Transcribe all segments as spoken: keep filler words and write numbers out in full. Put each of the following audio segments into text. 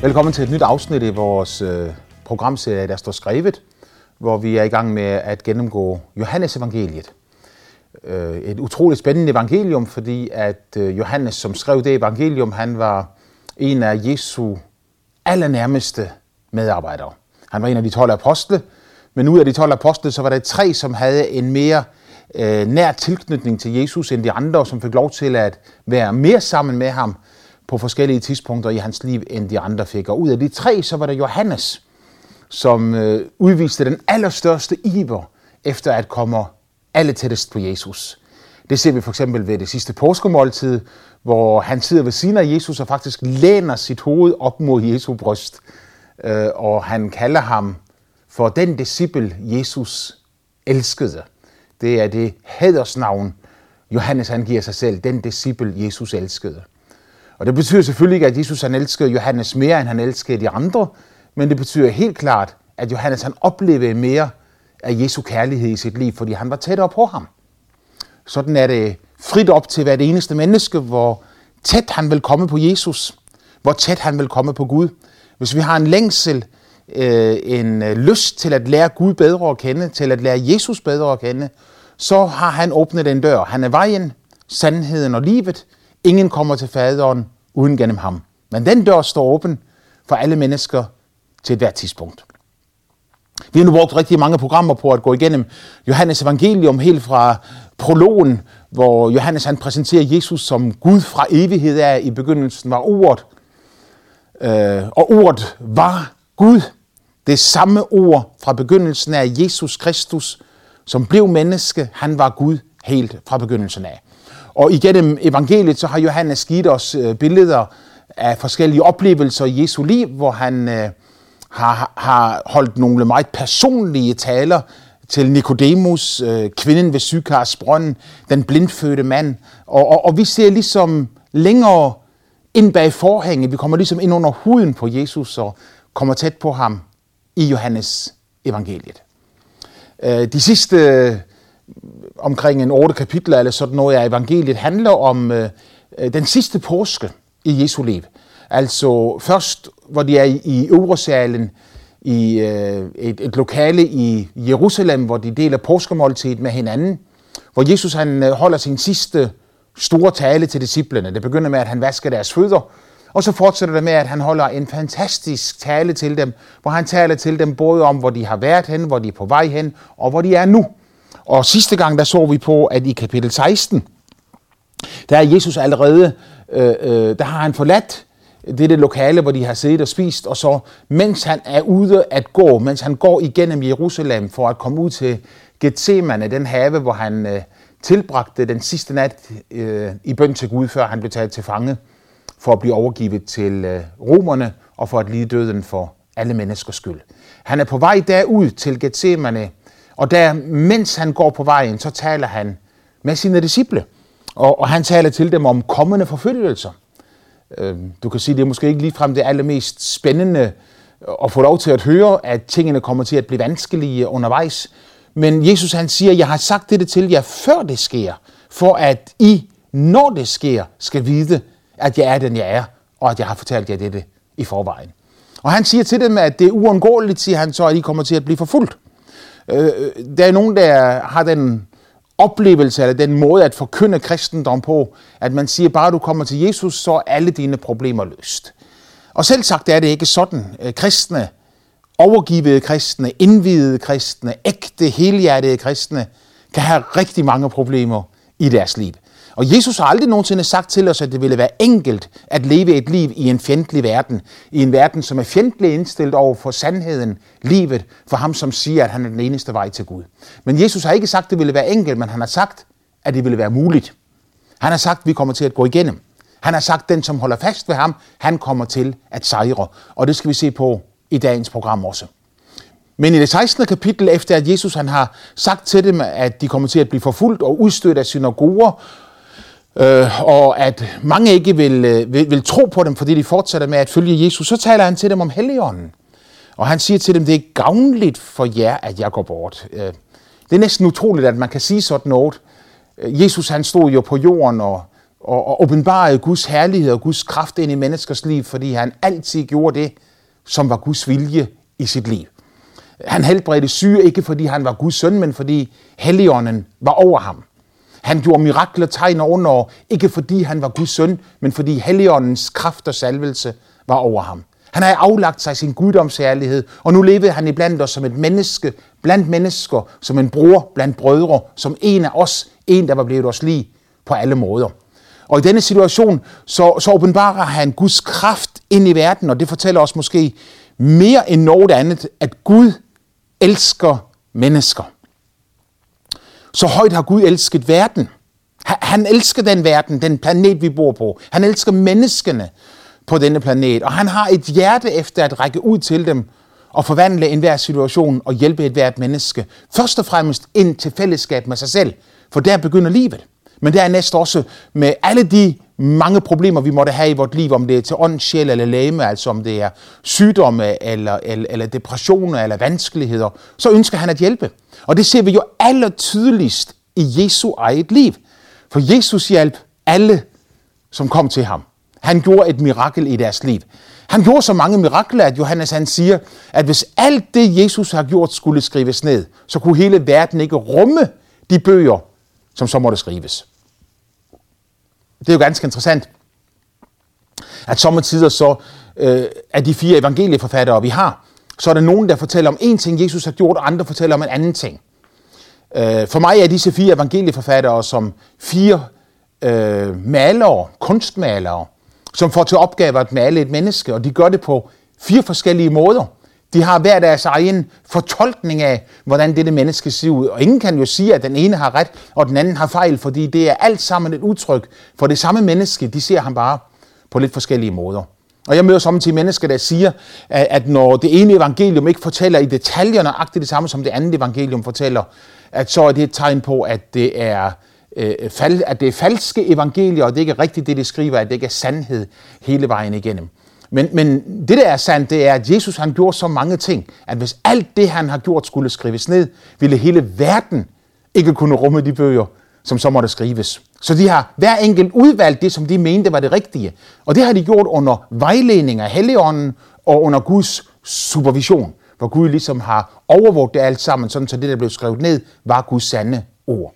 Velkommen til et nyt afsnit i vores øh, programserie, der står skrevet, hvor vi er i gang med at gennemgå Johannes evangeliet. Øh, et utroligt spændende evangelium, fordi at øh, Johannes, som skrev det evangelium, han var en af Jesu allernærmeste medarbejdere. Han var en af de tolv apostle, men ud af de tolv apostle, så var der tre, som havde en mere øh, nær tilknytning til Jesus end de andre, som fik lov til at være mere sammen med ham på forskellige tidspunkter i hans liv, end de andre fik. Og ud af de tre, så var der Johannes, som øh, udviste den allerstørste iver efter at komme alle tættest på Jesus. Det ser vi for eksempel ved det sidste påskemåltid, hvor han sidder ved siden af Jesus og faktisk læner sit hoved op mod Jesu bryst. Øh, og han kalder ham for den disciple, Jesus elskede. Det er det hædersnavn, Johannes han giver sig selv, den disciple, Jesus elskede. Og det betyder selvfølgelig ikke, at Jesus han elskede Johannes mere, end han elskede de andre, men det betyder helt klart, at Johannes han oplevede mere af Jesu kærlighed i sit liv, fordi han var tættere på ham. Sådan er det frit op til hvert eneste menneske, hvor tæt han vil komme på Jesus, hvor tæt han vil komme på Gud. Hvis vi har en længsel, øh, en lyst til at lære Gud bedre at kende, til at lære Jesus bedre at kende, så har han åbnet en dør. Han er vejen, sandheden og livet. Ingen kommer til faderen uden gennem ham. Men den dør står åben for alle mennesker til et hvert tidspunkt. Vi har nu brugt rigtig mange programmer på at gå igennem Johannes evangelium, helt fra prologen, hvor Johannes han præsenterer Jesus som Gud fra evighed af. I begyndelsen var ordet, øh, og ordet var Gud. Det samme ord fra begyndelsen af Jesus Kristus, som blev menneske. Han var Gud helt fra begyndelsen af. Og igennem evangeliet så har Johannes givet os øh, billeder af forskellige oplevelser i Jesu liv, hvor han øh, har, har holdt nogle meget personlige taler til Nikodemus, øh, kvinden ved Sykars brønd, den blindfødte mand. Og, og, og vi ser ligesom længere ind bag forhænget, vi kommer ligesom ind under huden på Jesus og kommer tæt på ham i Johannes evangeliet. Øh, de sidste omkring en otte kapitler eller sådan noget af evangeliet handler om øh, den sidste påske i Jesu liv. Altså først, hvor de er i, i Øvresalen, i øh, et, et lokale i Jerusalem, hvor de deler påskemåltidet med hinanden, hvor Jesus han holder sin sidste store tale til disciplene. Det begynder med, at han vasker deres fødder, og så fortsætter det med, at han holder en fantastisk tale til dem, hvor han taler til dem både om, hvor de har været hen, hvor de er på vej hen, og hvor de er nu. Og sidste gang, der så vi på, at i kapitel seksten, der er Jesus allerede, øh, øh, der har han forladt det, det lokale, hvor de har siddet og spist, og så, mens han er ude at gå, mens han går igennem Jerusalem for at komme ud til Getsemane, den have, hvor han øh, tilbragte den sidste nat øh, i bøn til Gud, før han blev taget til fange, for at blive overgivet til øh, romerne, og for at lide døden for alle menneskers skyld. Han er på vej derud til Getsemane, og der, mens han går på vejen, så taler han med sine disciple. Og, og han taler til dem om kommende forfølgelser. Øh, du kan sige, det er måske ikke ligefrem det allermest spændende at få lov til at høre, at tingene kommer til at blive vanskelige undervejs. Men Jesus han siger, jeg har sagt dette til jer, før det sker, for at I, når det sker, skal vide, at jeg er den, jeg er, og at jeg har fortalt jer dette i forvejen. Og han siger til dem, at det er uundgåeligt, siger han så, at I kommer til at blive forfulgt. Der er nogen, der har den oplevelse, eller den måde at forkynde kristendom på, at man siger, bare du kommer til Jesus, så er alle dine problemer løst. Og selv sagt er det ikke sådan. Kristne, overgivede kristne, indvidede kristne, ægte, helhjertede kristne, kan have rigtig mange problemer i deres liv. Og Jesus har aldrig nogensinde sagt til os, at det ville være enkelt at leve et liv i en fjendtlig verden. I en verden, som er fjendtlig indstillet over for sandheden, livet, for ham, som siger, at han er den eneste vej til Gud. Men Jesus har ikke sagt, at det ville være enkelt, men han har sagt, at det ville være muligt. Han har sagt, at vi kommer til at gå igennem. Han har sagt, at den, som holder fast ved ham, han kommer til at sejre. Og det skal vi se på i dagens program også. Men i det sekstende kapitel, efter at Jesus han har sagt til dem, at de kommer til at blive forfulgt og udstødt af synagoger, Øh, og at mange ikke vil, øh, vil, vil tro på dem, fordi de fortsætter med at følge Jesus, så taler han til dem om Helligånden. Og han siger til dem, det er gavnligt for jer, at jeg går bort. Øh, det er næsten utroligt, at man kan sige sådan noget. Jesus han stod jo på jorden og, og, og åbenbarede Guds herlighed og Guds kraft ind i menneskers liv, fordi han altid gjorde det, som var Guds vilje i sit liv. Han helbredte syge, ikke fordi han var Guds søn, men fordi Helligånden var over ham. Han gjorde mirakler, tegn og under, ikke fordi han var Guds søn, men fordi Helligåndens kraft og salvelse var over ham. Han havde aflagt sig sin guddomsherlighed, og nu levede han iblandt os som et menneske, blandt mennesker, som en bror blandt brødre, som en af os, en der var blevet os lige på alle måder. Og i denne situation, så, så åbenbarer han Guds kraft ind i verden, og det fortæller os måske mere end noget andet, at Gud elsker mennesker. Så højt har Gud elsket verden. Han elsker den verden, den planet, vi bor på. Han elsker menneskene på denne planet, og han har et hjerte efter at række ud til dem og forvandle enhver situation og hjælpe et hvert menneske. Først og fremmest ind til fællesskab med sig selv, for der begynder livet. Men dernæst også med alle de mange problemer, vi måtte have i vort liv, om det er til ånd, sjæl eller legeme, altså om det er sygdomme eller, eller, eller depressioner eller vanskeligheder, så ønsker han at hjælpe. Og det ser vi jo aller tydeligst i Jesu eget liv. For Jesus hjalp alle, som kom til ham. Han gjorde et mirakel i deres liv. Han gjorde så mange mirakler, at Johannes han siger, at hvis alt det, Jesus har gjort, skulle skrives ned, så kunne hele verden ikke rumme de bøger, som så måtte skrives. Det er jo ganske interessant, at sommetider så øh, af de fire evangelieforfattere, vi har, så er der nogen, der fortæller om en ting, Jesus har gjort, og andre fortæller om en anden ting. Øh, for mig er disse fire evangelieforfattere som fire øh, malere, kunstmalere, som får til opgave at male et menneske, og de gør det på fire forskellige måder. De har hver deres egen fortolkning af, hvordan dette menneske ser ud. Og ingen kan jo sige, at den ene har ret, og den anden har fejl, fordi det er alt sammen et udtryk for det samme menneske. De ser ham bare på lidt forskellige måder. Og jeg møder samtidig mennesker, der siger, at når det ene evangelium ikke fortæller i detaljer nøjagtigt det samme, som det andet evangelium fortæller, at så er det et tegn på, at det er, øh, fal- at det er falske evangelier, og det ikke er rigtigt det, de skriver, at det ikke er sandhed hele vejen igennem. Men, men det, der er sandt, det er, at Jesus han gjorde så mange ting, at hvis alt det, han har gjort, skulle skrives ned, ville hele verden ikke kunne rumme de bøger, som så måtte skrives. Så de har hver enkelt udvalgt det, som de mente var det rigtige. Og det har de gjort under vejledning af Helligånden og under Guds supervision, hvor Gud ligesom har overvåget det alt sammen, sådan så det, der blev skrevet ned, var Guds sande ord.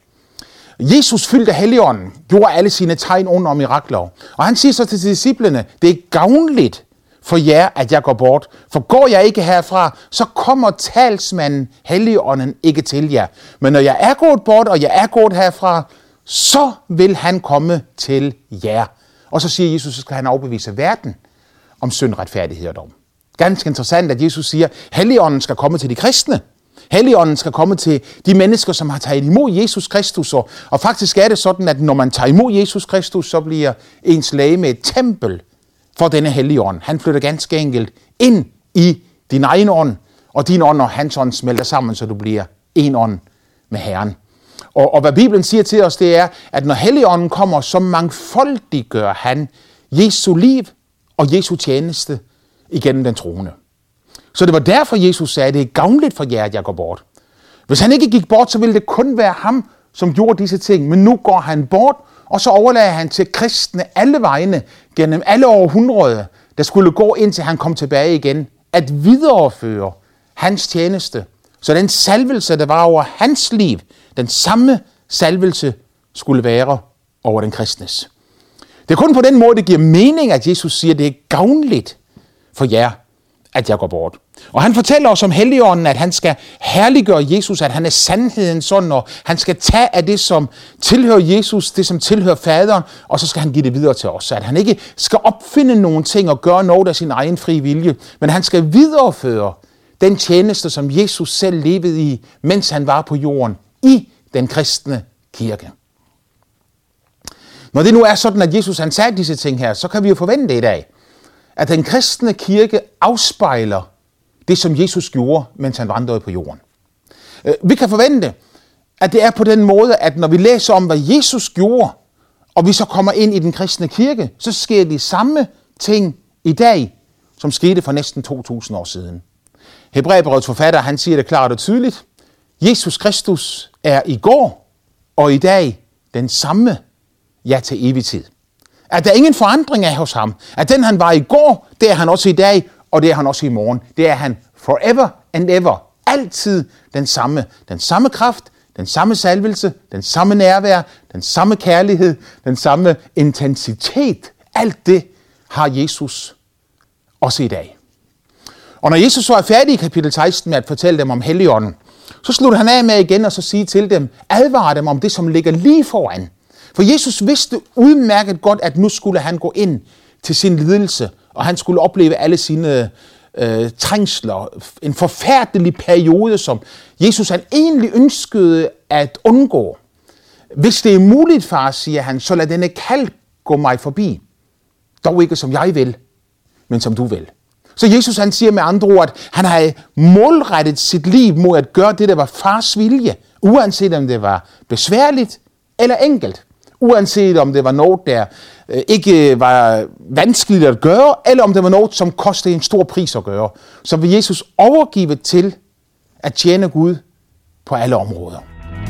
Jesus fyldte Helligånden, gjorde alle sine tegn under og mirakler. Og han siger så til disciplene, det er gavnligt for jer, at jeg går bort. For går jeg ikke herfra, så kommer talsmanden, Helligånden, ikke til jer. Men når jeg er gået bort, og jeg er gået herfra, så vil han komme til jer. Og så siger Jesus, så skal han overbevise verden om synd, retfærdighed og dom. Ganske interessant, at Jesus siger, Helligånden skal komme til de kristne. Helligånden skal komme til de mennesker, som har taget imod Jesus Kristus. Og, og faktisk er det sådan, at når man tager imod Jesus Kristus, så bliver ens legeme et tempel for denne Helligånd. Han flytter ganske enkelt ind i din egen ånd, og din ånd og hans ånd smelter sammen, så du bliver en ånd med Herren. Og, og hvad Bibelen siger til os, det er, at når Helligånden kommer, så mangfoldiggør han Jesu liv og Jesu tjeneste igennem den troende. Så det var derfor, Jesus sagde, at det er gavnligt for jer, at jeg går bort. Hvis han ikke gik bort, så ville det kun være ham, som gjorde disse ting. Men nu går han bort, og så overlader han til kristne alle vegne, gennem alle århundreder, der skulle gå indtil han kom tilbage igen, at videreføre hans tjeneste. Så den salvelse, der var over hans liv, den samme salvelse skulle være over den kristnes. Det er kun på den måde, det giver mening, at Jesus siger, at det er gavnligt for jer, at jeg går bort. Og han fortæller os om Helligånden, at han skal herliggøre Jesus, at han er sandheden sådan, og han skal tage af det, som tilhører Jesus, det som tilhører faderen, og så skal han give det videre til os. Så at han ikke skal opfinde nogle ting og gøre noget af sin egen fri vilje, men han skal videreføre den tjeneste, som Jesus selv levede i, mens han var på jorden, i den kristne kirke. Når det nu er sådan, at Jesus han sagde disse ting her, så kan vi jo forvente i dag, at den kristne kirke afspejler det, som Jesus gjorde, mens han vandrede på jorden. Vi kan forvente, at det er på den måde, at når vi læser om, hvad Jesus gjorde, og vi så kommer ind i den kristne kirke, så sker de samme ting i dag, som skete for næsten to tusind år siden. Hebræerbrevets forfatter, han siger det klart og tydeligt. Jesus Kristus er i går og i dag den samme, ja til evig tid. At der ingen forandring er hos ham. At den han var i går, det er han også i dag, og det er han også i morgen. Det er han forever and ever. Altid den samme. Den samme kraft, den samme salvelse, den samme nærvær, den samme kærlighed, den samme intensitet. Alt det har Jesus også i dag. Og når Jesus så er færdig i kapitel seksten med at fortælle dem om Helligånden, så slutter han af med igen og så sige til dem, advare dem om det, som ligger lige foran. For Jesus vidste udmærket godt, at nu skulle han gå ind til sin lidelse, og han skulle opleve alle sine øh, trængsler. En forfærdelig periode, som Jesus han egentlig ønskede at undgå. Hvis det er muligt, far, siger han, så lad denne kalk gå mig forbi. Dog ikke som jeg vil, men som du vil. Så Jesus han siger med andre ord, at han har målrettet sit liv mod at gøre det, der var fars vilje, uanset om det var besværligt eller enkelt. Uanset om det var noget, der øh, ikke var vanskeligt at gøre, eller om det var noget, som kostede en stor pris at gøre. Så vil Jesus overgive til at tjene Gud på alle områder.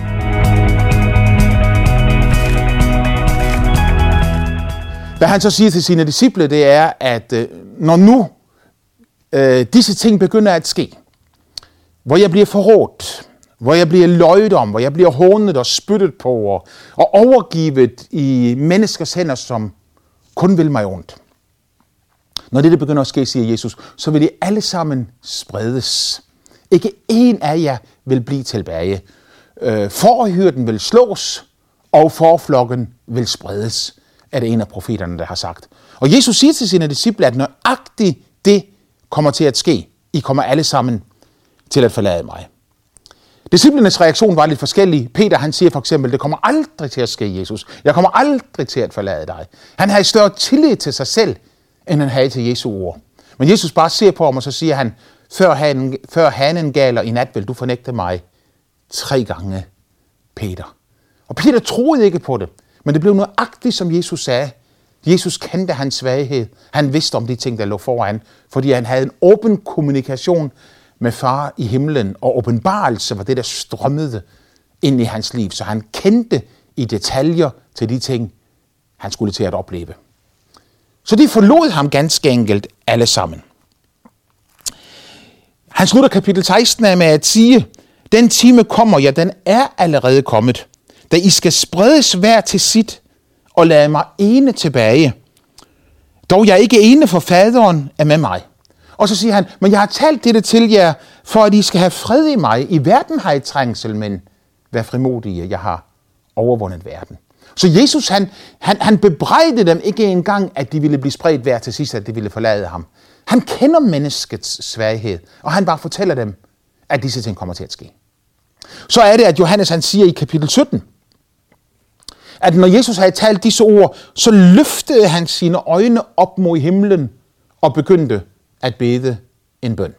Hvad han så siger til sine disciple, det er, at øh, når nu øh, disse ting begynder at ske, hvor jeg bliver forrådt, hvor jeg bliver løjet om, hvor jeg bliver hånet og spyttet på og, og overgivet i menneskers hænder, som kun vil mig ondt. Når det begynder at ske, siger Jesus, så vil I alle sammen spredes. Ikke en af jer vil blive tilbage. Øh, forhyrden vil slås, og forflokken vil spredes, er det en af profeterne, der har sagt. Og Jesus siger til sine disciple, at nøjagtigt det kommer til at ske. I kommer alle sammen til at forlade mig. Disciplenes reaktion var lidt forskellig. Peter han siger for eksempel, det kommer aldrig til at ske, Jesus. Jeg kommer aldrig til at forlade dig. Han havde større tillid til sig selv, end han havde til Jesu ord. Men Jesus bare ser på ham, og så siger han, før hanen, før hanen galer i nat, vil du fornægte mig tre gange, Peter. Og Peter troede ikke på det, men det blev nøjagtigt, som Jesus sagde. Jesus kendte hans svaghed. Han vidste om de ting, der lå foran, fordi han havde en åben kommunikation med far i himlen, og åbenbarelse var det, der strømmede ind i hans liv. Så han kendte i detaljer til de ting, han skulle til at opleve. Så de forlod ham ganske enkelt alle sammen. Han slutter kapitel seksten af med at sige, den time kommer, ja, den er allerede kommet, da I skal spredes hver til sit, og lade mig ene tilbage. Dog jeg ikke ene, for faderen er med mig. Og så siger han, men jeg har talt dette til jer, for at I skal have fred i mig. I verden har I trængsel, men vær frimodige, jeg har overvundet verden. Så Jesus, han, han, han bebrejdede dem ikke engang, at de ville blive spredt hver til sidst, at de ville forlade ham. Han kender menneskets svaghed, og han bare fortæller dem, at disse ting kommer til at ske. Så er det, at Johannes han siger i kapitel sytten, at når Jesus havde talt disse ord, så løftede han sine øjne op mod himlen og begyndte at bede en bøn.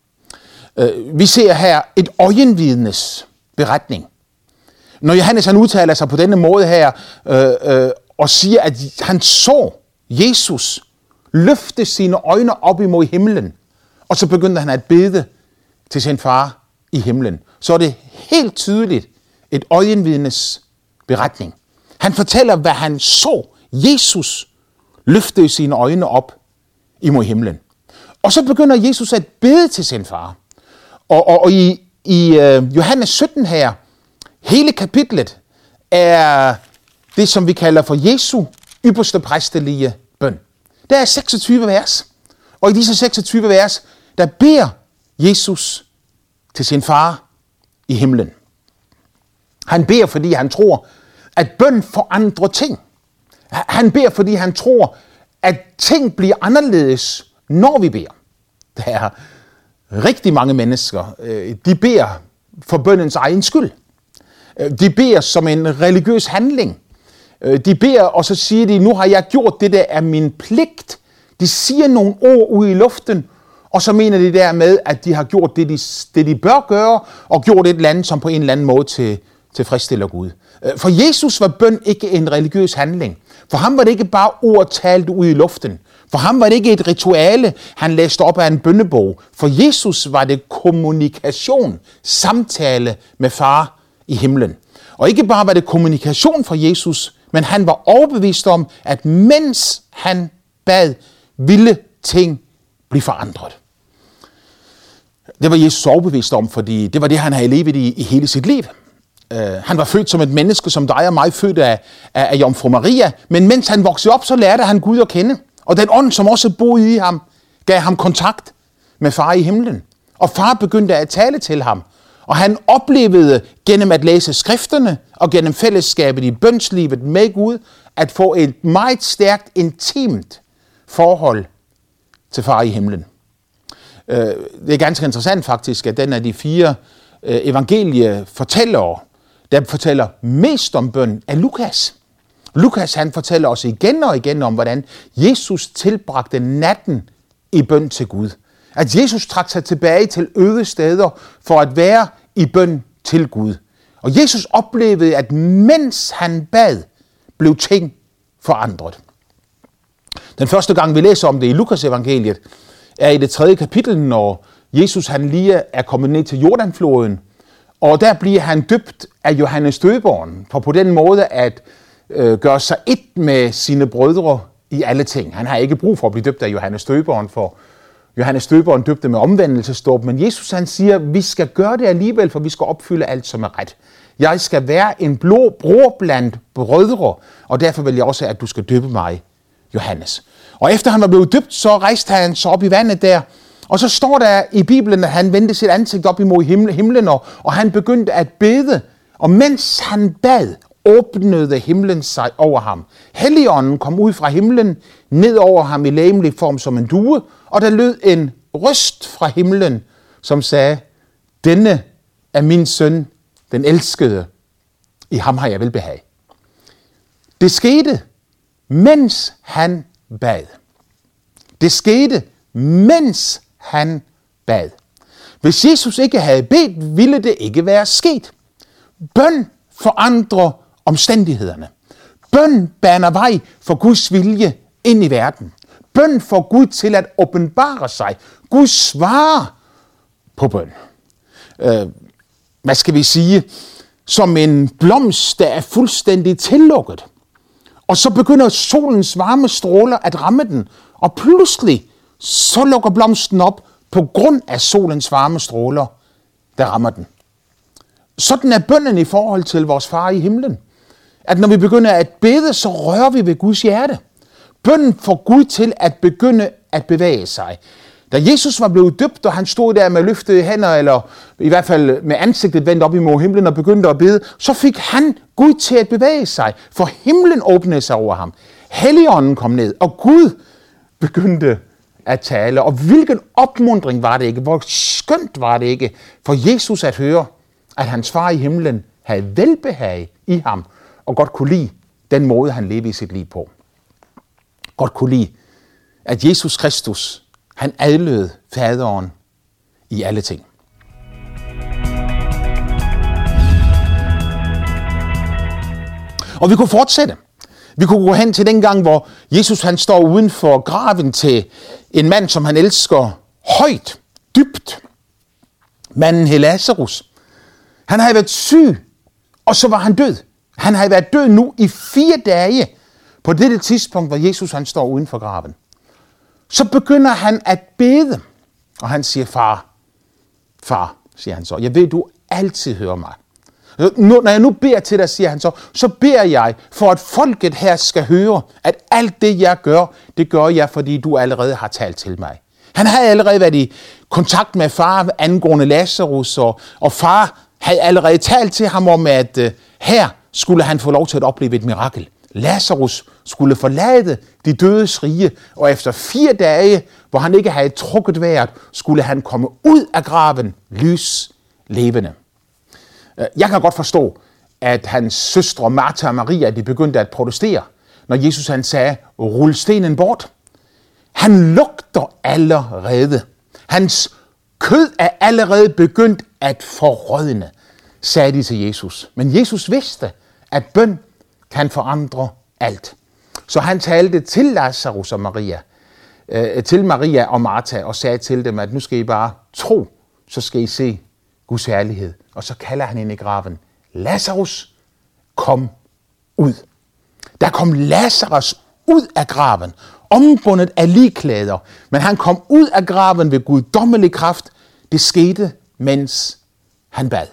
Vi ser her et øjenvidnes beretning. Når Johannes han udtaler sig på denne måde her øh, øh, og siger, at han så Jesus løfte sine øjne op imod himlen, og så begyndte han at bede til sin far i himlen, så er det helt tydeligt et øjenvidnes beretning. Han fortæller, hvad han så. Jesus løftede sine øjne op imod himlen. Og så begynder Jesus at bede til sin far. Og, og, og i, i uh, Johannes sytten her, hele kapitlet er det, som vi kalder for Jesu ypperste præstelige bøn. Der er seksogtyve vers, og i disse seksogtyve vers, der beder Jesus til sin far i himlen. Han beder, fordi han tror, at bøn forandrer ting. Han beder, fordi han tror, at ting bliver anderledes, når vi beder. Der er rigtig mange mennesker, de beder for bønnens egen skyld. De beder som en religiøs handling. De beder, og så siger de, nu har jeg gjort det, der er min pligt. De siger nogle ord ud i luften, og så mener de dermed, at de har gjort det, de, det, de bør gøre, og gjort et eller andet, som på en eller anden måde til, tilfredsstiller Gud. For Jesus var bøn ikke en religiøs handling. For ham var det ikke bare ord talt ud i luften. For ham var det ikke et rituale, han læste op af en bønnebog. For Jesus var det kommunikation, samtale med far i himlen. Og ikke bare var det kommunikation for Jesus, men han var overbevist om, at mens han bad, ville ting blive forandret. Det var Jesus overbevist om, fordi det var det, han havde levet i, i hele sit liv. Uh, han var født som et menneske, som dig og mig, født af, af, af Jomfru Maria, men mens han voksede op, så lærte han Gud at kende. Og den ånd, som også boede i ham, gav ham kontakt med far i himlen. Og far begyndte at tale til ham. Og han oplevede gennem at læse skrifterne og gennem fællesskabet i bønslivet med Gud, at få et meget stærkt, intimt forhold til far i himlen. Det er ganske interessant faktisk, at den af de fire evangeliefortællere, der fortæller mest om bøn, er Lukas. Lukas han fortæller os igen og igen om, hvordan Jesus tilbragte natten i bøn til Gud. At Jesus trak sig tilbage til øde steder for at være i bøn til Gud. Og Jesus oplevede, at mens han bad, blev ting forandret. Den første gang, vi læser om det i Lukas evangeliet, er i det tredje kapitel, når Jesus han lige er kommet ned til Jordanfloden, og der bliver han døbt af Johannes Døberen, for på den måde at øh, gøre sig et med sine brødre i alle ting. Han har ikke brug for at blive døbt af Johannes Døberen, for Johannes Døberen døbte med omvendelsesdåb, men Jesus han siger, vi skal gøre det alligevel, for vi skal opfylde alt, som er ret. Jeg skal være en blå bror blandt brødre, og derfor vil jeg også, at du skal døbe mig, Johannes. Og efter han var blevet døbt, så rejste han sig op i vandet der, og så står der i Bibelen, at han vendte sit ansigt op imod himlen, og, og han begyndte at bede, og mens han bad, åbnede himlen sig over ham. Helligånden kom ud fra himlen, ned over ham i legemlig form som en due, og der lød en røst fra himlen, som sagde, denne er min søn, den elskede, i ham har jeg velbehag. Det skete, mens han bad. Det skete, mens han bad. Hvis Jesus ikke havde bedt, ville det ikke være sket. Bøn forandrer omstændighederne. Bøn baner vej for Guds vilje ind i verden. Bøn får Gud til at åbenbare sig. Gud svarer på bøn. Øh, hvad skal vi sige? Som en blomst, der er fuldstændig tillukket. Og så begynder solens varme stråler at ramme den. Og pludselig så lukker blomsten op på grund af solens varme stråler, der rammer den. Sådan er bønnen i forhold til vores far i himlen. At når vi begynder at bede, så rører vi ved Guds hjerte. Bønnen får Gud til at begynde at bevæge sig. Da Jesus var blevet døbt, og han stod der med løftede hænder, eller i hvert fald med ansigtet vendt op imod himlen og begyndte at bede, så fik han Gud til at bevæge sig, for himlen åbnede sig over ham. Helligånden kom ned, og Gud begyndte at tale. Og hvilken opmuntring var det ikke? Hvor skønt var det ikke for Jesus at høre, at hans far i himlen havde velbehag i ham, og godt kunne lide den måde, han levede i sit liv på. Godt kunne lide, at Jesus Kristus, han adlød faderen i alle ting. Og vi kunne fortsætte. Vi kunne gå hen til den gang, hvor Jesus han står uden for graven til en mand, som han elsker højt, dybt. Manden hed Lazarus. Han havde været syg, og så var han død. Han havde været død nu i fire dage på dette tidspunkt, hvor Jesus han står uden for graven. Så begynder han at bede, og han siger, far, far, siger han så, jeg ved, du altid hører mig. Når jeg nu beder til dig, siger han så, så beder jeg for, at folket her skal høre, at alt det, jeg gør, det gør jeg, fordi du allerede har talt til mig. Han havde allerede været i kontakt med far angående Lazarus, og, og far havde allerede talt til ham om, at uh, her skulle han få lov til at opleve et mirakel. Lazarus skulle forlade de dødes rige, og efter fire dage, hvor han ikke havde trukket vejret, skulle han komme ud af graven lys levende. Jeg kan godt forstå, at hans søstre Martha og Maria, de begyndte at protestere, når Jesus han sagde, rul stenen bort. Han lugter allerede. Hans kød er allerede begyndt at forrådne, sagde de til Jesus. Men Jesus vidste, at bøn kan forandre alt. Så han talte til Lazarus og Maria, øh, til Maria og Martha, og sagde til dem, at nu skal I bare tro, så skal I se Guds herlighed. Og så kalder han ind i graven, Lazarus, kom ud. Der kom Lazarus ud af graven, ombundet af ligklæder, men han kom ud af graven ved guddommelig kraft. Det skete, mens han bad.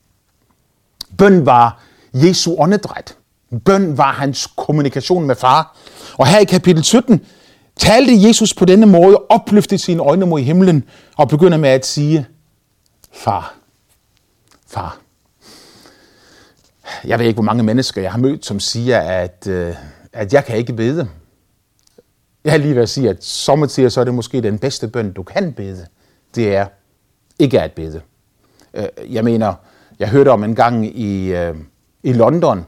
Bøn var Jesu åndedræt. Bøn var hans kommunikation med far. Og her i kapitel sytten talte Jesus på denne måde, opløftede sine øjne mod himlen og begynder med at sige, far, far. Jeg ved ikke, hvor mange mennesker jeg har mødt, som siger, at, øh, at jeg kan ikke bede. Jeg har lige ved at sige, at sommetider så er det måske den bedste bøn, du kan bede. Det er ikke at bede. Jeg mener, jeg hørte om en gang i, øh, i London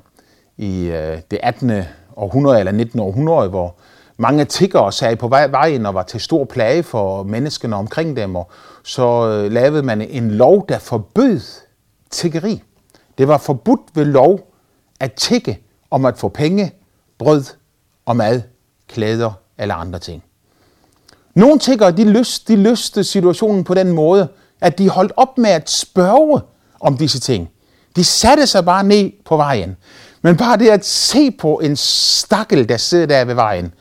i øh, det attende århundrede eller nittende århundrede, hvor mange tiggere sad på vejen og var til stor plage for menneskene omkring dem, og så øh, lavede man en lov, der forbød tiggeri. Det var forbudt ved lov at tigge om at få penge, brød og mad, klæder eller andre ting. Nogle tiggere, de løste, de løste situationen på den måde, at de holdt op med at spørge om disse ting. De satte sig bare ned på vejen. Men bare det at se på en stakkel, der sidder der ved vejen,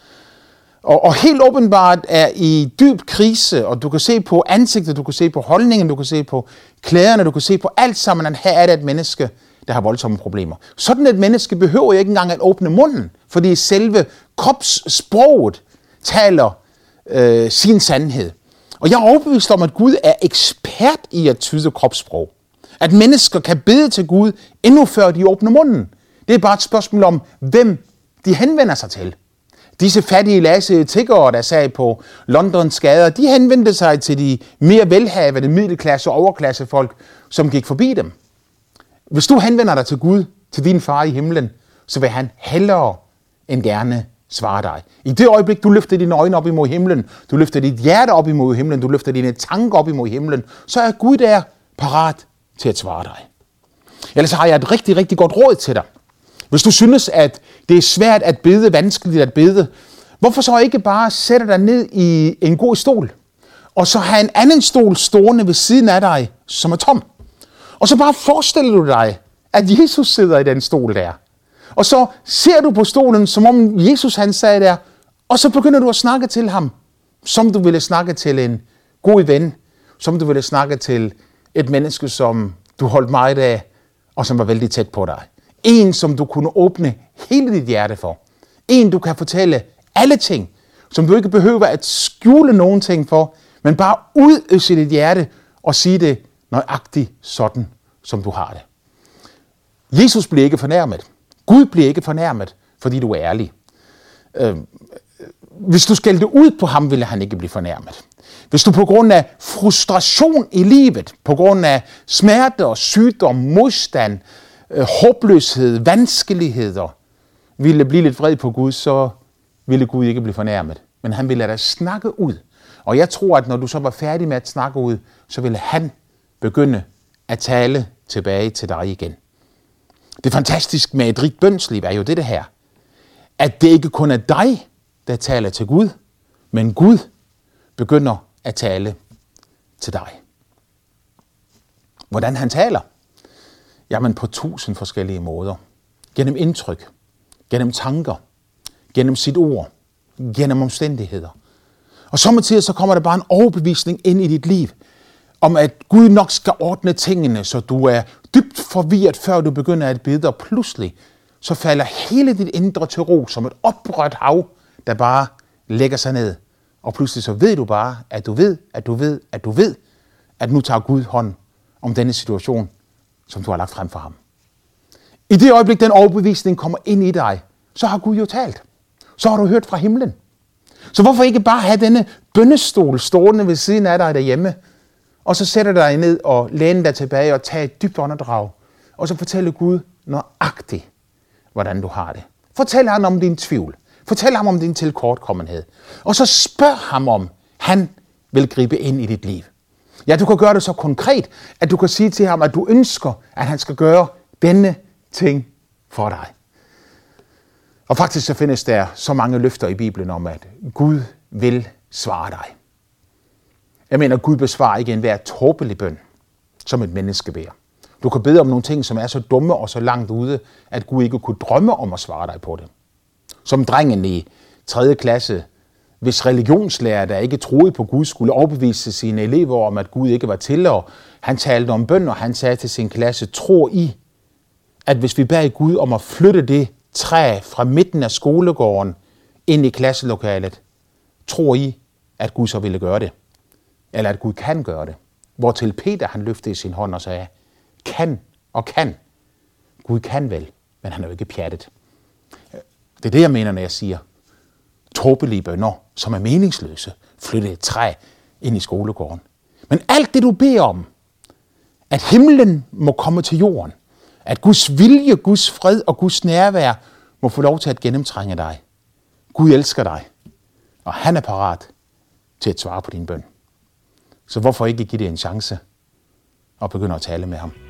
og, og helt åbenbart er i dyb krise, og du kan se på ansigtet, du kan se på holdningen, du kan se på klæderne, du kan se på alt sammen, at her er det et menneske, der har voldsomme problemer. Sådan et menneske behøver ikke engang at åbne munden, fordi selve kropssproget taler øh, sin sandhed. Og jeg er overbevist om, at Gud er ekspert i at tyde kropssprog. At mennesker kan bede til Gud, endnu før de åbner munden. Det er bare et spørgsmål om, hvem de henvender sig til. Disse fattige, lasede tiggere, der sad på Londons gader, de henvendte sig til de mere velhavende middelklasse- og overklassefolk, som gik forbi dem. Hvis du henvender dig til Gud, til din far i himlen, så vil han hellere end gerne svare dig. I det øjeblik, du løfter dine øjne op imod himlen, du løfter dit hjerte op imod himlen, du løfter dine tanker op imod himlen, så er Gud der parat til at svare dig. Ellers har jeg et rigtig, rigtig godt råd til dig. Hvis du synes, at det er svært at bede, vanskeligt at bede, hvorfor så ikke bare sætte dig ned i en god stol, og så have en anden stol stående ved siden af dig, som er tom. Og så bare forestiller du dig, at Jesus sidder i den stol der. Og så ser du på stolen, som om Jesus han sagde der, og så begynder du at snakke til ham, som du ville snakke til en god ven, som du ville snakke til et menneske, som du holdt meget af, og som var vældig tæt på dig. En, som du kunne åbne hele dit hjerte for. En, du kan fortælle alle ting, som du ikke behøver at skjule nogen ting for, men bare udøse dit hjerte og sige det nøjagtigt sådan, som du har det. Jesus bliver ikke fornærmet. Gud bliver ikke fornærmet, fordi du er ærlig. Øh, hvis du skældte ud på ham, ville han ikke blive fornærmet. Hvis du på grund af frustration i livet, på grund af smerte og sygdom, modstand, øh, håbløshed, vanskeligheder, ville blive lidt vred på Gud, så ville Gud ikke blive fornærmet. Men han ville lade dig snakke ud. Og jeg tror, at når du så var færdig med at snakke ud, så ville han begynde at tale tilbage til dig igen. Det fantastiske med et rigt bønsliv er jo det her, at det ikke kun er dig, der taler til Gud, men Gud begynder at tale til dig. Hvordan han taler? Jamen på tusind forskellige måder. Gennem indtryk, gennem tanker, gennem sit ord, gennem omstændigheder. Og sommetider så kommer der bare en overbevisning ind i dit liv, om at Gud nok skal ordne tingene, så du er dybt forvirret, før du begynder at bede, og pludselig så falder hele dit indre til ro, som et oprørt hav, der bare lægger sig ned. Og pludselig så ved du bare, at du ved, at du ved, at du ved, at nu tager Gud hånd om denne situation, som du har lagt frem for ham. I det øjeblik, den overbevisning kommer ind i dig, så har Gud jo talt. Så har du hørt fra himlen. Så hvorfor ikke bare have denne bønnestol stående ved siden af dig derhjemme, og så sætter dig ned og læner dig tilbage og tager et dybt åndedrag, og så fortæller Gud nøjagtigt, hvordan du har det. Fortæl ham om din tvivl. Fortæl ham om din tilkortkommenhed. Og så spørg ham om, han vil gribe ind i dit liv. Ja, du kan gøre det så konkret, at du kan sige til ham, at du ønsker, at han skal gøre denne ting for dig. Og faktisk så findes der så mange løfter i Bibelen om, at Gud vil svare dig. Jeg mener, at Gud besvarer ikke enhver tåbelig bøn, som et menneske beder. Du kan bede om nogle ting, som er så dumme og så langt ude, at Gud ikke kunne drømme om at svare dig på det. Som drengen i tredje klasse, hvis religionslærer, der ikke troede på Gud, skulle overbevise sine elever om, at Gud ikke var til, og han talte om bøn, og han sagde til sin klasse, tror I, at hvis vi beder Gud om at flytte det træ fra midten af skolegården ind i klasselokalet, tror I, at Gud så ville gøre det? Eller at Gud kan gøre det? Hvortil Peter han løftede sin hånd og sagde, kan og kan. Gud kan vel, men han er jo ikke pjattet. Det er det, jeg mener, når jeg siger, tåbelige bønner, som er meningsløse, flytte et træ ind i skolegården. Men alt det, du beder om, at himlen må komme til jorden, at Guds vilje, Guds fred og Guds nærvær må få lov til at gennemtrænge dig. Gud elsker dig, og han er parat til at svare på din bøn. Så hvorfor ikke give det en chance og begynde at tale med ham?